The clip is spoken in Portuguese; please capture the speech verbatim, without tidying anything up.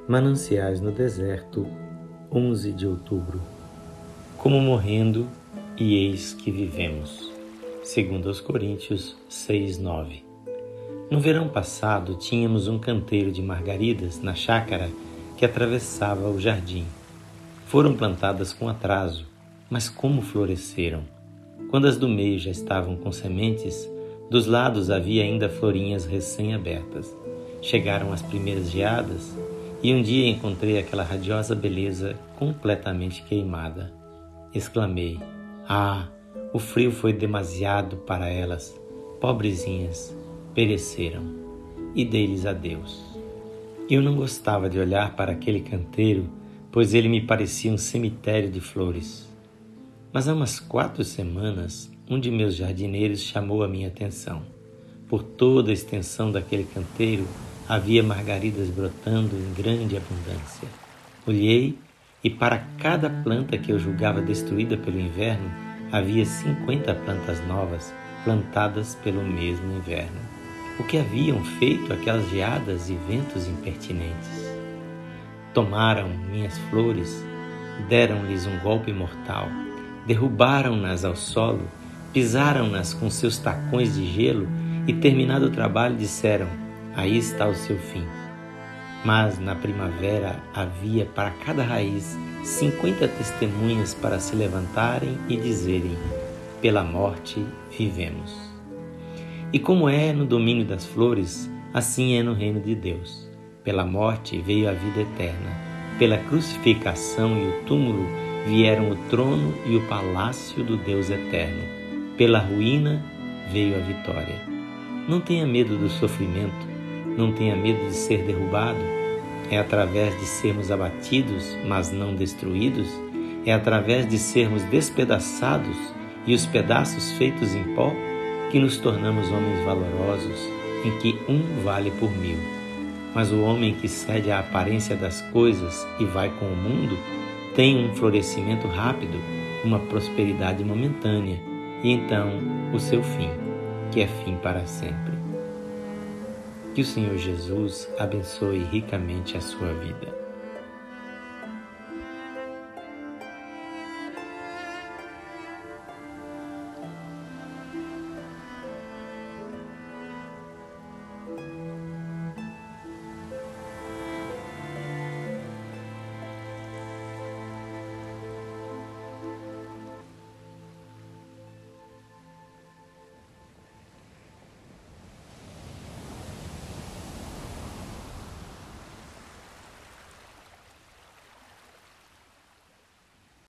Mananciais no deserto, onze de outubro. Como morrendo, e eis que vivemos. Segundo aos Coríntios seis, nove. No verão passado, tínhamos um canteiro de margaridas na chácara que atravessava o jardim. Foram plantadas com atraso, mas como floresceram! Quando as do meio já estavam com sementes, dos lados havia ainda florinhas recém-abertas. Chegaram as primeiras geadas, e um dia encontrei aquela radiosa beleza completamente queimada. Exclamei: ah, o frio foi demasiado para elas, pobrezinhas, pereceram. E dei-lhes adeus. Eu não gostava de olhar para aquele canteiro, pois ele me parecia um cemitério de flores. Mas há umas quatro semanas, um de meus jardineiros chamou a minha atenção. Por toda a extensão daquele canteiro, havia margaridas brotando em grande abundância. Olhei e para cada planta que eu julgava destruída pelo inverno, havia cinquenta plantas novas plantadas pelo mesmo inverno. O que haviam feito aquelas geadas e ventos impertinentes? Tomaram minhas flores, deram-lhes um golpe mortal, derrubaram-nas ao solo, pisaram-nas com seus tacões de gelo e, terminado o trabalho, disseram: aí está o seu fim. Mas na primavera havia para cada raiz cinquenta testemunhas para se levantarem e dizerem: pela morte vivemos. E como é no domínio das flores, assim é no reino de Deus. Pela morte veio a vida eterna, pela crucificação e o túmulo vieram o trono e o palácio do Deus eterno. Pela ruína veio a vitória. Não tenha medo do sofrimento, não tenha medo de ser derrubado. É através de sermos abatidos, mas não destruídos, é através de sermos despedaçados e os pedaços feitos em pó, que nos tornamos homens valorosos, em que um vale por mil. Mas o homem que cede à aparência das coisas e vai com o mundo, tem um florescimento rápido, uma prosperidade momentânea, e então o seu fim, que é fim para sempre. Que o Senhor Jesus abençoe ricamente a sua vida.